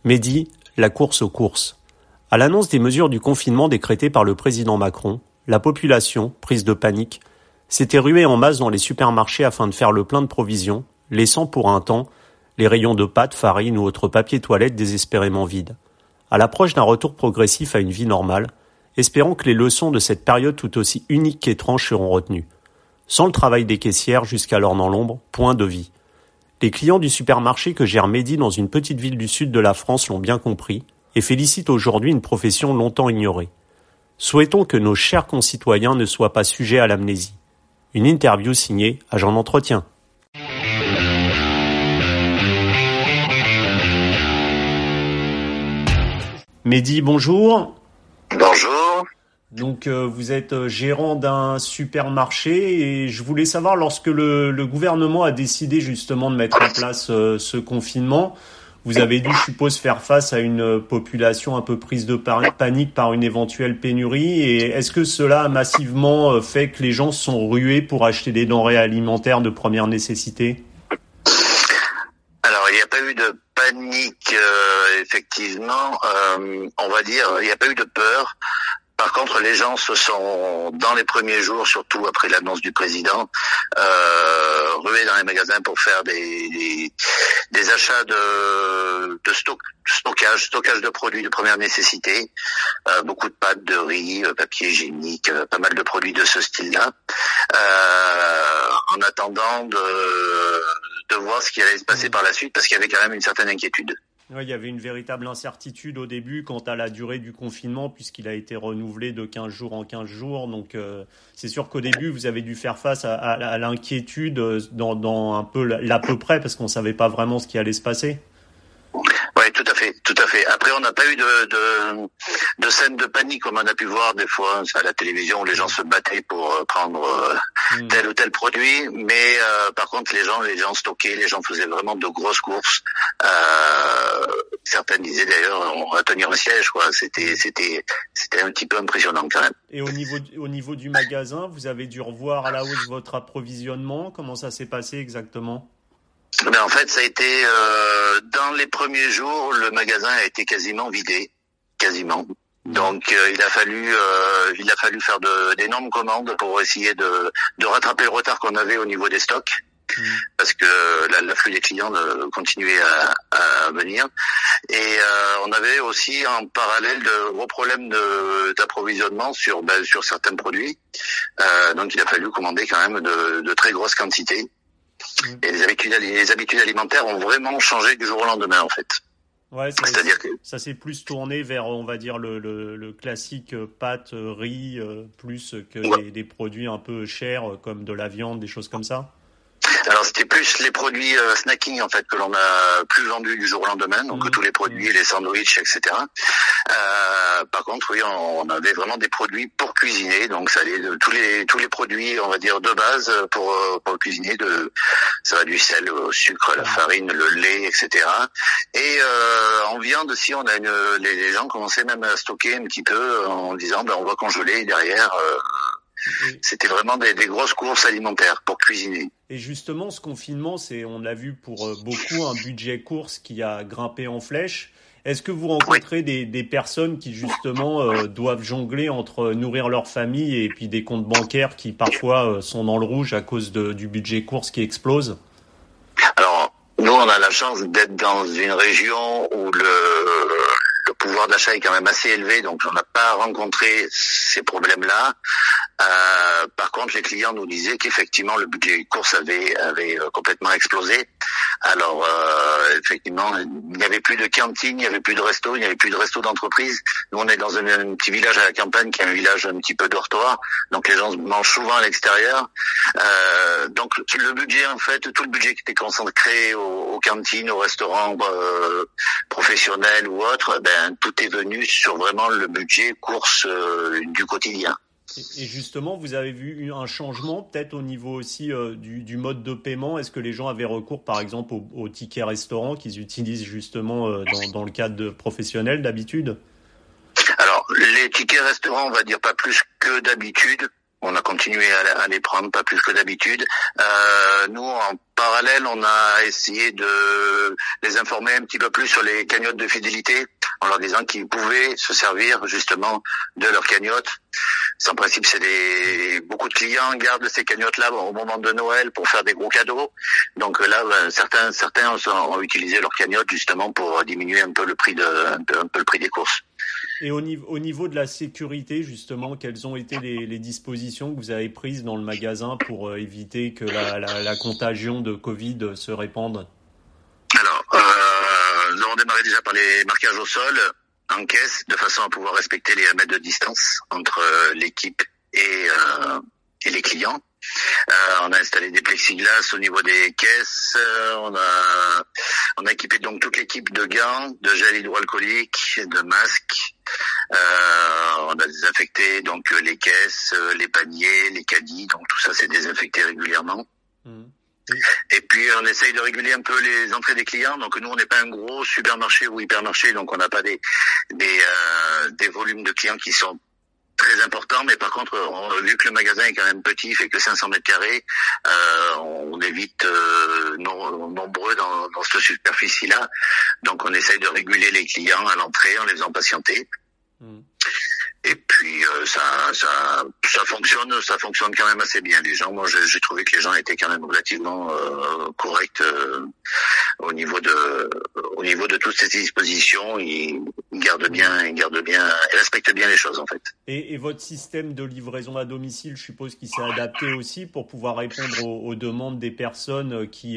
Mehdi, la course aux courses. À l'annonce des mesures du confinement décrétées par le président Macron, la population, prise de panique, s'était ruée en masse dans les supermarchés afin de faire le plein de provisions, laissant pour un temps les rayons de pâtes, farine ou autres papiers toilettes désespérément vides. À l'approche d'un retour progressif à une vie normale, espérons que les leçons de cette période tout aussi unique qu'étrange seront retenues. Sans le travail des caissières jusqu'alors dans l'ombre, point de vie. Les clients du supermarché que gère Mehdi dans une petite ville du sud de la France l'ont bien compris et félicitent aujourd'hui une profession longtemps ignorée. Souhaitons que nos chers concitoyens ne soient pas sujets à l'amnésie. Une interview signée Agent d'entretien. Mehdi, bonjour. Bonjour. Donc vous êtes gérant d'un supermarché et je voulais savoir, lorsque le gouvernement a décidé justement de mettre en place ce confinement, vous avez dû, je suppose, faire face à une population un peu prise de panique par une éventuelle pénurie. Et est-ce que cela a massivement fait que les gens se sont rués pour acheter des denrées alimentaires de première nécessité ? Alors, il n'y a pas eu de panique, effectivement. On va dire, il n'y a pas eu de peur. Par contre, les gens se sont, dans les premiers jours, surtout après l'annonce du président, rués dans les magasins pour faire des achats de stockage de produits de première nécessité, beaucoup de pâtes, de riz, papier hygiénique, pas mal de produits de ce style-là, en attendant de voir ce qui allait se passer par la suite, parce qu'il y avait quand même une certaine inquiétude. Oui, il y avait une véritable incertitude au début quant à la durée du confinement, puisqu'il a été renouvelé de 15 jours en 15 jours. Donc c'est sûr qu'au début, vous avez dû faire face à l'inquiétude dans un peu l'à peu près, parce qu'on ne savait pas vraiment ce qui allait se passer. Oui, tout à fait, tout à fait. Après, on n'a pas eu de scène de panique comme on a pu voir des fois à la télévision où les gens se battaient pour prendre tel ou tel produit. Mais par contre, les gens stockaient, les gens faisaient vraiment de grosses courses. Certaines disaient d'ailleurs, on va tenir un siège, quoi. C'était un petit peu impressionnant quand même. Et au niveau du magasin, vous avez dû revoir à la hausse votre approvisionnement. Comment ça s'est passé exactement ? Mais en fait, ça a été dans les premiers jours, le magasin a été quasiment vidé, quasiment. Donc il a fallu faire d'énormes commandes pour essayer de rattraper le retard qu'on avait au niveau des stocks, parce que l'afflux des clients continuait à venir. Et on avait aussi en parallèle de gros problèmes d'approvisionnement sur certains produits. Donc il a fallu commander quand même de très grosses quantités. Et les habitudes alimentaires ont vraiment changé du jour au lendemain, en fait. Ouais, c'est-à-dire que ça s'est plus tourné vers, on va dire, le classique pâtes, riz, plus que des produits un peu chers comme de la viande, des choses comme ça. Alors c'était plus les produits snacking en fait que l'on a plus vendus du jour au lendemain, donc tous les produits, les sandwichs, etc. Par contre, oui, on avait vraiment des produits pour cuisiner, donc ça allait de tous les produits, on va dire de base pour cuisiner, ça va du sel au sucre, la farine, le lait, etc. Et en viande aussi, les gens commençaient même à stocker un petit peu en disant on va congeler derrière. C'était vraiment des grosses courses alimentaires pour cuisiner. Et justement, ce confinement, on l'a vu pour beaucoup, un budget course qui a grimpé en flèche. Est-ce que vous rencontrez des personnes qui justement doivent jongler entre nourrir leur famille et puis des comptes bancaires qui parfois sont dans le rouge à cause du budget course qui explose ? Alors, nous, on a la chance d'être dans une région où le pouvoir d'achat est quand même assez élevé, donc on n'a pas rencontré ces problèmes-là. Par contre, les clients nous disaient qu'effectivement le budget course avait complètement explosé. Alors effectivement, il n'y avait plus de cantine, il n'y avait plus de resto, il n'y avait plus de resto d'entreprise. Nous, on est dans un petit village à la campagne qui est un village un petit peu dortoir, donc les gens mangent souvent à l'extérieur. Donc le budget, en fait, tout le budget qui était consacré aux cantines, aux restaurants professionnels ou autres, tout est venu sur vraiment le budget course du quotidien. Et justement, vous avez vu un changement peut-être au niveau aussi du mode de paiement. Est-ce que les gens avaient recours par exemple aux tickets restaurants qu'ils utilisent justement dans le cadre professionnel d'habitude ? Alors, les tickets restaurants, on va dire pas plus que d'habitude. On a continué à les prendre, pas plus que d'habitude. Nous, en parallèle, on a essayé de les informer un petit peu plus sur les cagnottes de fidélité, en leur disant qu'ils pouvaient se servir justement de leurs cagnottes. En principe, beaucoup de clients gardent ces cagnottes-là au moment de Noël pour faire des gros cadeaux. Donc là, certains ont utilisé leurs cagnottes justement pour diminuer un peu le prix des courses. Et au niveau de la sécurité, justement, quelles ont été les dispositions que vous avez prises dans le magasin pour éviter que la contagion de Covid se répande? Alors, nous avons démarré déjà par les marquages au sol, en caisse, de façon à pouvoir respecter les 1 mètre de distance entre l'équipe et les clients. On a installé des plexiglas au niveau des caisses. On a équipé donc toute l'équipe de gants, de gel hydroalcoolique, de masques. On a désinfecté donc les caisses, les paniers, les caddies. Donc tout ça c'est désinfecté régulièrement. Et puis on essaye de réguler un peu les entrées des clients. Donc nous on n'est pas un gros supermarché ou hypermarché, donc on n'a pas des volumes de clients qui sont très important, mais par contre, vu que le magasin est quand même petit, il fait que 500 mètres carrés, on est vite nombreux dans cette superficie-là. Donc on essaye de réguler les clients à l'entrée en les faisant patienter. Et puis ça fonctionne quand même assez bien. Les gens, moi j'ai trouvé que les gens étaient quand même relativement corrects au niveau de toutes ces dispositions. Ils respectent bien les choses en fait. Et votre système de livraison à domicile, je suppose qu'il s'est adapté aussi pour pouvoir répondre aux demandes des personnes qui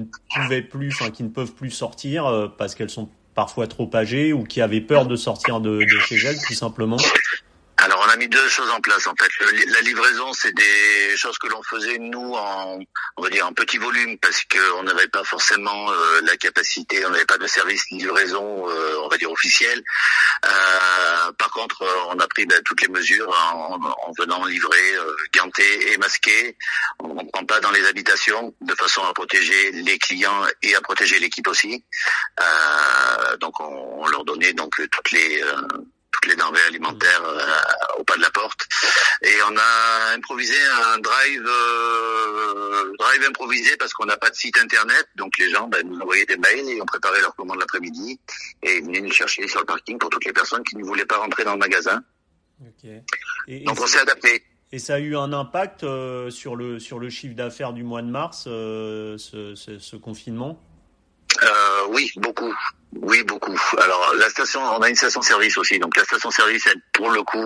ne peuvent plus sortir parce qu'elles sont parfois trop âgées ou qui avaient peur de sortir de chez elles, tout simplement. Alors on a mis 2 choses en place en fait. La livraison, c'est des choses que l'on faisait nous on va dire en petit volume parce que on n'avait pas forcément la capacité, on n'avait pas de service de livraison on va dire officiel. Par contre, on a pris toutes les mesures en venant livrer ganté et masqué. On ne prend pas dans les habitations de façon à protéger les clients et à protéger l'équipe aussi. Donc on leur donnait donc toutes les denrées alimentaires au pas de la porte. Et on a improvisé un drive improvisé parce qu'on n'a pas de site internet. Donc les gens nous envoyaient des mails et on préparait leur commande l'après-midi et ils venaient nous chercher sur le parking pour toutes les personnes qui ne voulaient pas rentrer dans le magasin. Okay. Donc on s'est adapté. Et ça a eu un impact sur le chiffre d'affaires du mois de mars, ce confinement? Oui, beaucoup. Alors on a une station-service aussi. Donc la station-service, elle, pour le coup,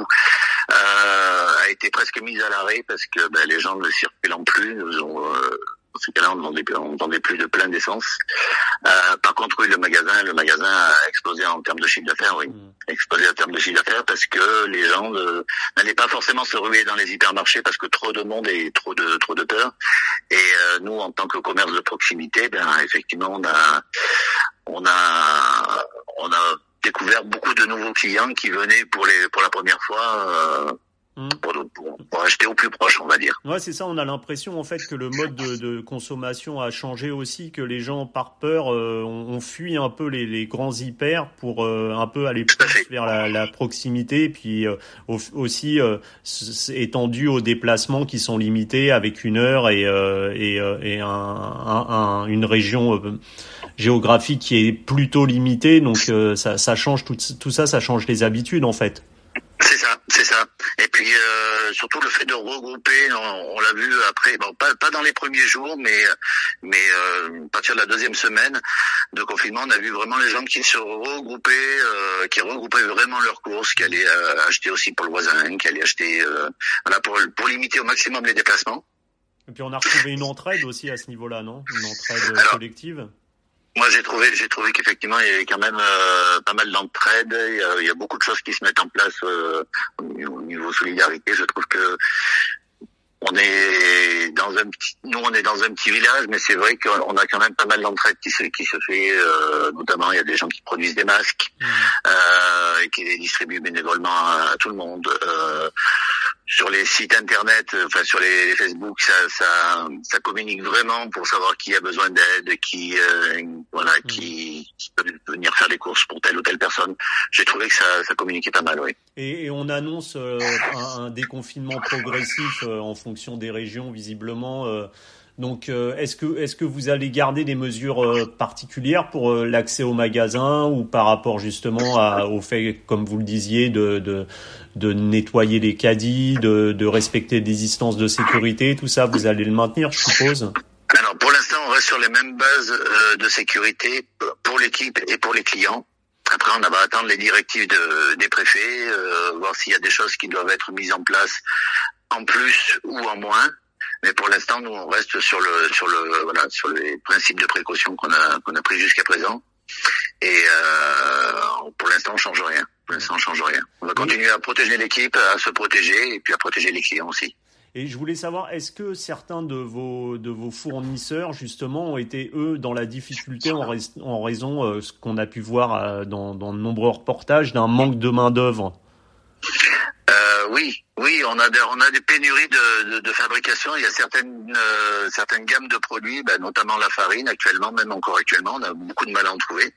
a été presque mise à l'arrêt parce que les gens ne circulant plus. Dans ce cas-là, on ne vendait plus de plein d'essence. Par contre, oui, le magasin a explosé en termes de chiffre d'affaires, oui. Explosé en termes de chiffre d'affaires parce que les gens n'allaient pas forcément se ruer dans les hypermarchés parce que trop de monde et trop de peur. Et nous, en tant que commerce de proximité, effectivement, on a découvert beaucoup de nouveaux clients qui venaient pour la première fois. Pour acheter au plus proche, on va dire. Ouais, c'est ça. On a l'impression en fait que le mode de consommation a changé aussi, que les gens par peur ont fui un peu les grands hyper pour un peu aller plus vers la proximité, et puis aussi étendu aux déplacements qui sont limités avec 1 heure et une région géographique qui est plutôt limitée. Donc ça change tout ça, ça change les habitudes en fait. C'est ça. Et puis surtout le fait de regrouper, on l'a vu après, pas dans les premiers jours, mais à partir de la 2e semaine de confinement, on a vu vraiment les gens qui se regroupaient, qui regroupaient vraiment leurs courses, qui allaient acheter aussi pour le voisin, qui allaient acheter pour limiter au maximum les déplacements. Et puis on a retrouvé une entraide aussi à ce niveau-là, non? Une entraide collective. Moi, j'ai trouvé qu'effectivement, il y avait quand même pas mal d'entraide. Il y a beaucoup de choses qui se mettent en place au niveau solidarité. Je trouve que on est dans un petit village, mais c'est vrai qu'on a quand même pas mal d'entraide qui se fait. Notamment, il y a des gens qui produisent des masques et qui les distribuent bénévolement à tout le monde. Sur les sites internet, sur les Facebook, ça communique vraiment pour savoir qui a besoin d'aide, qui peut venir faire les courses course pour telle ou telle personne. J'ai trouvé que ça communiquait pas mal, oui. Et on annonce un déconfinement progressif en fonction des régions, visiblement. Donc, est-ce que vous allez garder des mesures particulières pour l'accès aux magasins ou par rapport justement au fait, comme vous le disiez, de nettoyer les caddies, de respecter des distances de sécurité, tout ça, vous allez le maintenir, je suppose? Alors, pour l'instant, on reste sur les mêmes bases de sécurité pour l'équipe et pour les clients. Après, on va attendre les directives des préfets, voir s'il y a des choses qui doivent être mises en place en plus ou en moins. Mais pour l'instant, nous, on reste sur les principes de précaution qu'on a pris jusqu'à présent. Et pour l'instant, on change rien. On va continuer à protéger l'équipe, à se protéger et puis à protéger les clients aussi. Et je voulais savoir, est-ce que certains de vos fournisseurs, justement, ont été, eux, dans la difficulté en raison, ce qu'on a pu voir dans de nombreux reportages, d'un manque de main-d'œuvre? Oui, on a des pénuries de fabrication. Il y a certaines gammes de produits, notamment la farine actuellement, même encore actuellement, on a beaucoup de mal à en trouver.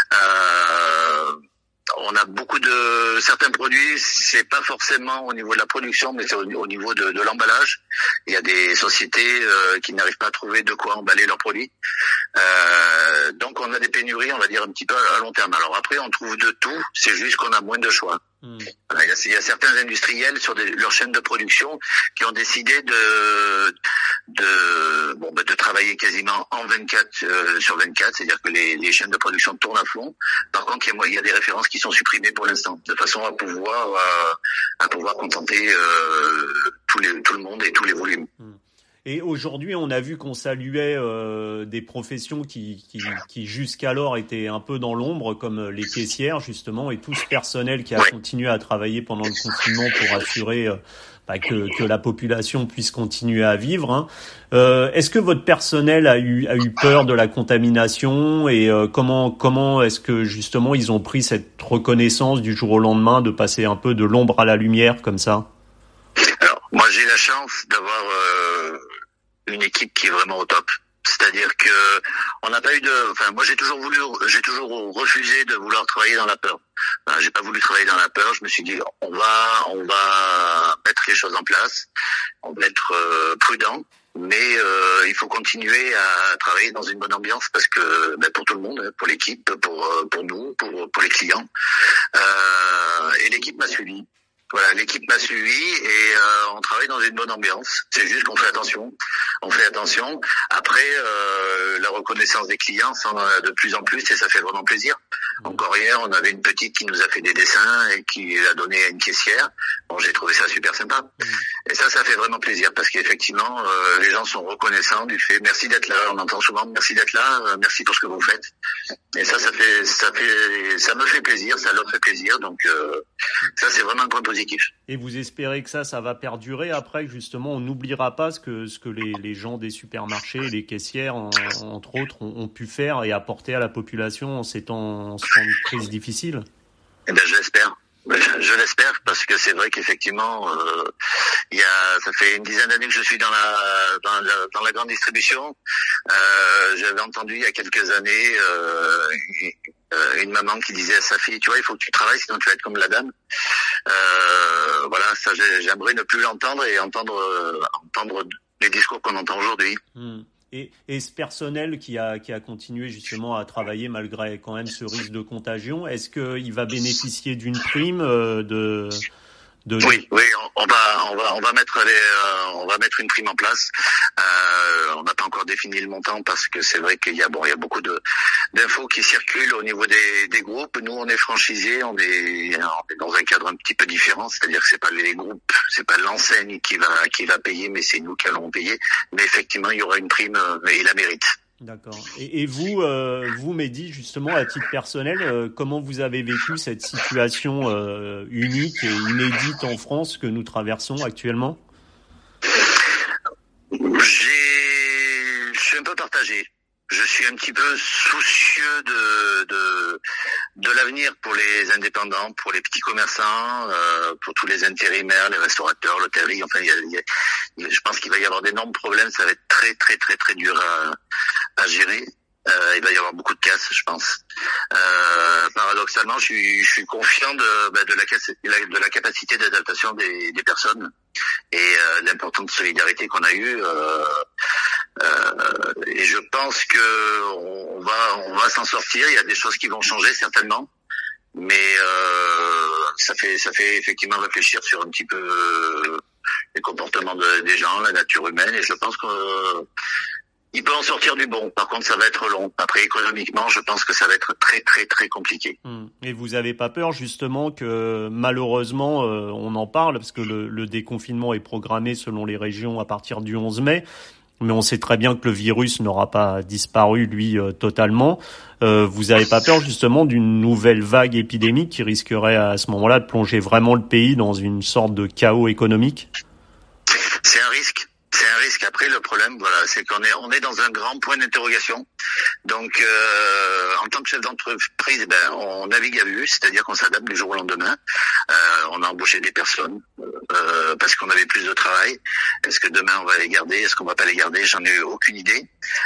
On a beaucoup de certains produits, c'est pas forcément au niveau de la production, mais c'est au niveau de l'emballage. Il y a des sociétés qui n'arrivent pas à trouver de quoi emballer leurs produits. Donc on a des pénuries, on va dire un petit peu à long terme. Alors après, on trouve de tout, c'est juste qu'on a moins de choix. Voilà, il y a certains industriels sur leur chaîne de production qui ont décidé de travailler quasiment en 24 sur 24, c'est-à-dire que les chaînes de production tournent à fond. Par contre, il y a des références qui sont supprimées pour l'instant, de façon à pouvoir contenter tout le monde et tous les volumes. Et aujourd'hui, on a vu qu'on saluait des professions qui jusqu'alors étaient un peu dans l'ombre, comme les caissières, justement, et tout ce personnel qui a continué à travailler pendant le confinement pour assurer que la population puisse continuer à vivre. Hein. Est-ce que votre personnel a eu peur de la contamination et comment est-ce que justement ils ont pris cette reconnaissance du jour au lendemain de passer un peu de l'ombre à la lumière comme ça? Alors, moi j'ai la chance d'avoir une équipe qui est vraiment au top. C'est-à-dire que on n'a pas eu moi j'ai toujours refusé de vouloir travailler dans la peur. J'ai pas voulu travailler dans la peur. Je me suis dit on va mettre les choses en place, on va être prudent, mais il faut continuer à travailler dans une bonne ambiance parce que pour tout le monde, pour l'équipe, pour nous, pour les clients. Et l'équipe m'a suivi. Voilà, l'équipe m'a suivi et on travaille dans une bonne ambiance. C'est juste qu'on fait attention. Après, la reconnaissance des clients, ça en a de plus en plus et ça fait vraiment plaisir. Encore hier, on avait une petite qui nous a fait des dessins et qui a donné à une caissière. Bon, j'ai trouvé ça super sympa. Et ça fait vraiment plaisir parce qu'effectivement, les gens sont reconnaissants du fait merci d'être là. On entend souvent merci d'être là, merci pour ce que vous faites. Et ça me fait plaisir, ça leur fait plaisir. Donc ça, c'est vraiment un point positif. Et vous espérez que ça va perdurer après, que justement on n'oubliera pas ce que les gens des supermarchés, les caissières, entre autres, ont pu faire et apporter à la population en ces temps de crise difficile? Eh ben, je l'espère. Je l'espère parce que c'est vrai qu'effectivement, ça fait une dizaine d'années que je suis dans la grande distribution. J'avais entendu il y a quelques années une maman qui disait à sa fille, tu vois, il faut que tu travailles sinon tu vas être comme la dame. Voilà, ça j'aimerais ne plus l'entendre et entendre les discours qu'on entend aujourd'hui. Et ce personnel qui a continué justement à travailler malgré quand même ce risque de contagion, est-ce qu'il va bénéficier d'une prime Oui, on va mettre une prime en place. On n'a pas encore défini le montant parce que c'est vrai qu'il y a beaucoup d'infos qui circulent au niveau des groupes. Nous, on est franchisés, on est dans un cadre un petit peu différent, c'est-à-dire que c'est pas les groupes, c'est pas l'enseigne qui va payer, mais c'est nous qui allons payer. Mais effectivement, il y aura une prime et il la mérite. D'accord. Et vous, Mehdi, justement, à titre personnel, comment vous avez vécu cette situation unique et inédite en France que nous traversons actuellement? Je suis un peu partagé. Je suis un petit peu soucieux de l'avenir pour les indépendants, pour les petits commerçants, pour tous les intérimaires, les restaurateurs, l'hôtellerie. Enfin, je pense qu'il va y avoir d'énormes problèmes. Ça va être très très très très dur à gérer. Il va y avoir beaucoup de casse, je pense. paradoxalement, je suis confiant de la capacité d'adaptation des personnes et l'importante solidarité qu'on a eue. Et je pense que on va s'en sortir. Il y a des choses qui vont changer certainement, mais ça fait effectivement réfléchir sur un petit peu les comportements des gens, la nature humaine, et je pense que il peut en sortir du bon. Par contre, ça va être long. Après, économiquement, je pense que ça va être très, très, très compliqué. Et vous avez pas peur, justement, que malheureusement, on en parle, parce que le déconfinement est programmé selon les régions à partir du 11 mai, mais on sait très bien que le virus n'aura pas disparu, lui, totalement. Vous avez pas peur, justement, d'une nouvelle vague épidémique qui risquerait, à ce moment-là, de plonger vraiment le pays dans une sorte de chaos économique? C'est un risque. C'est un risque. Après, le problème, voilà, c'est on est dans un grand point d'interrogation. Donc, en tant que chef d'entreprise, on navigue à vue, c'est-à-dire qu'on s'adapte du jour au lendemain. On a embauché des personnes parce qu'on avait plus de travail. Est-ce que demain on va les garder? Est-ce qu'on va pas les garder? J'en ai aucune idée.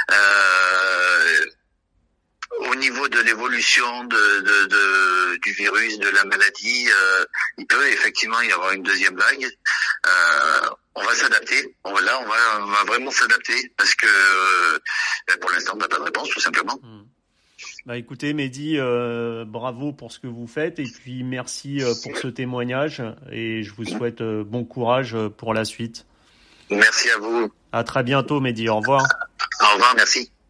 Au niveau de l'évolution du virus, de la maladie, il peut effectivement y avoir une deuxième vague. On va s'adapter. On va vraiment s'adapter parce que pour l'instant, on n'a pas de réponse, tout simplement. Bah écoutez, Mehdi, bravo pour ce que vous faites et puis merci pour ce témoignage et je vous souhaite bon courage pour la suite. Merci à vous. À très bientôt, Mehdi. Au revoir. Au revoir, merci.